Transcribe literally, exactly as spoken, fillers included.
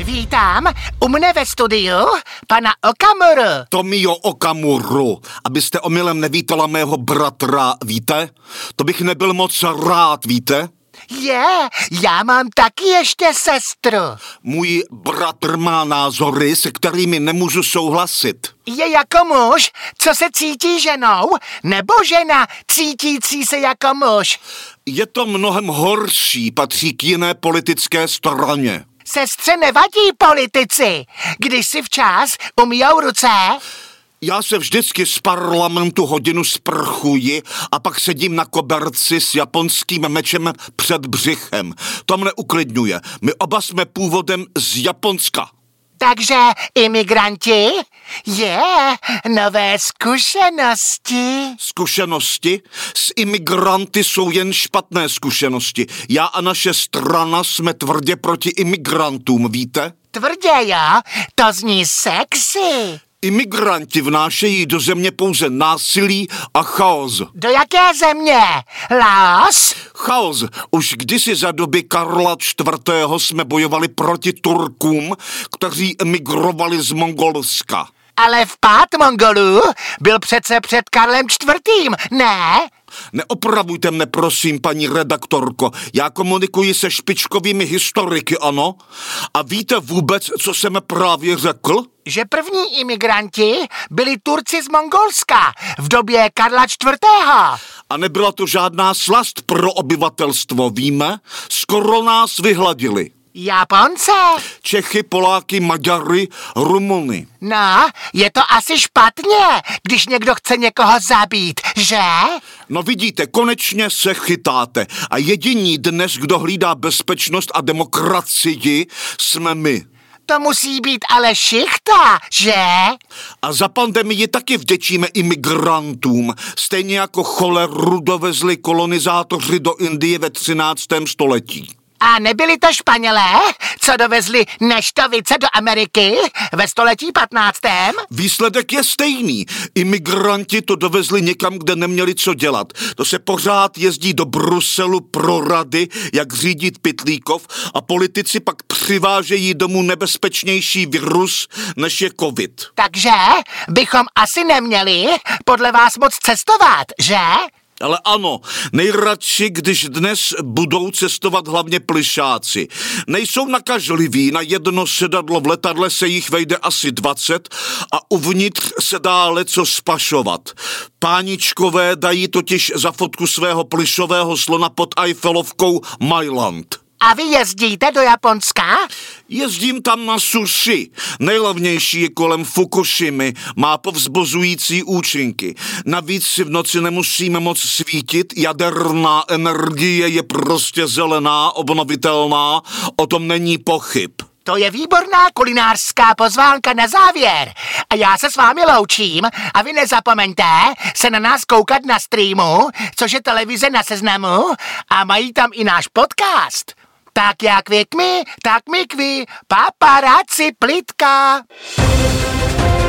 Vítám u mne ve studiu pana Okamuru. Tomio Okamuru, abyste omylem nevítala mého bratra, víte? To bych nebyl moc rád, víte? Je, já mám taky ještě sestru. Můj bratr má názory, se kterými nemůžu souhlasit. Je jako muž, co se cítí ženou, nebo žena cítící se jako muž? Je to mnohem horší, patří k jiné politické straně. Sestře nevadí politici, když si včas umyjou ruce. Já se vždycky z parlamentu hodinu sprchuji a pak sedím na koberci s japonským mečem před břichem. To mne uklidňuje. My oba jsme původem z Japonska. Takže imigranti? Je, nové zkušenosti. Zkušenosti? S imigranty jsou jen špatné zkušenosti. Já a naše strana jsme tvrdě proti imigrantům, víte? Tvrdě, jo? To zní sexy. Imigranti vnášejí do země pouze násilí a chaos. Do jaké země? Laos? Chaos. Už kdysi za doby Karla čtvrtého jsme bojovali proti Turkům, kteří emigrovali z Mongolska. Ale vpád Mongolů byl přece před Karlem čtvrtým, ne? Neopravujte mne, prosím, paní redaktorko. Já komunikuji se špičkovými historiky, ano? A víte vůbec, co jsem právě řekl? Že první imigranti byli Turci z Mongolska v době Karla čtvrtého. A nebyla to žádná slast pro obyvatelstvo, víme? Skoro nás vyhladili. Japonce? Čechy, Poláky, Maďary, Rumuny. No, je to asi špatně, když někdo chce někoho zabít, že? No vidíte, konečně se chytáte. A jediní dnes, kdo hlídá bezpečnost a demokracii, jsme my. To musí být ale šichta, že? A za pandemii taky vděčíme imigrantům. Stejně jako choleru dovezli kolonizátoři do Indie ve třináctém století. A nebyli to Španělé, co dovezli neštovice do Ameriky ve století patnáctém? Výsledek je stejný. Imigranti to dovezli někam, kde neměli co dělat. To se pořád jezdí do Bruselu pro rady, jak řídit Pytlíkov, a politici pak přivážejí domů nebezpečnější virus, než je covid. Takže bychom asi neměli podle vás moc cestovat, že? Ale ano, nejradši, když dnes budou cestovat hlavně plyšáci. Nejsou nakažliví, na jedno sedadlo v letadle se jich vejde asi dvacet a uvnitř se dá leco spašovat. Páničkové dají totiž za fotku svého plyšového slona pod Eiffelovkou Mailand. A vy jezdíte do Japonska? Jezdím tam na sushi. Nejlevnější je kolem Fukushimy, má povzbuzující účinky. Navíc si v noci nemusíme moc svítit, jaderná energie je prostě zelená, obnovitelná, o tom není pochyb. To je výborná kulinářská pozvánka na závěr. A já se s vámi loučím a vy nezapomeňte se na nás koukat na streamu, což je televize Na Seznamu, a mají tam i náš podcast. Tak jak vy kmi, tak my kvi, paparáci plitka.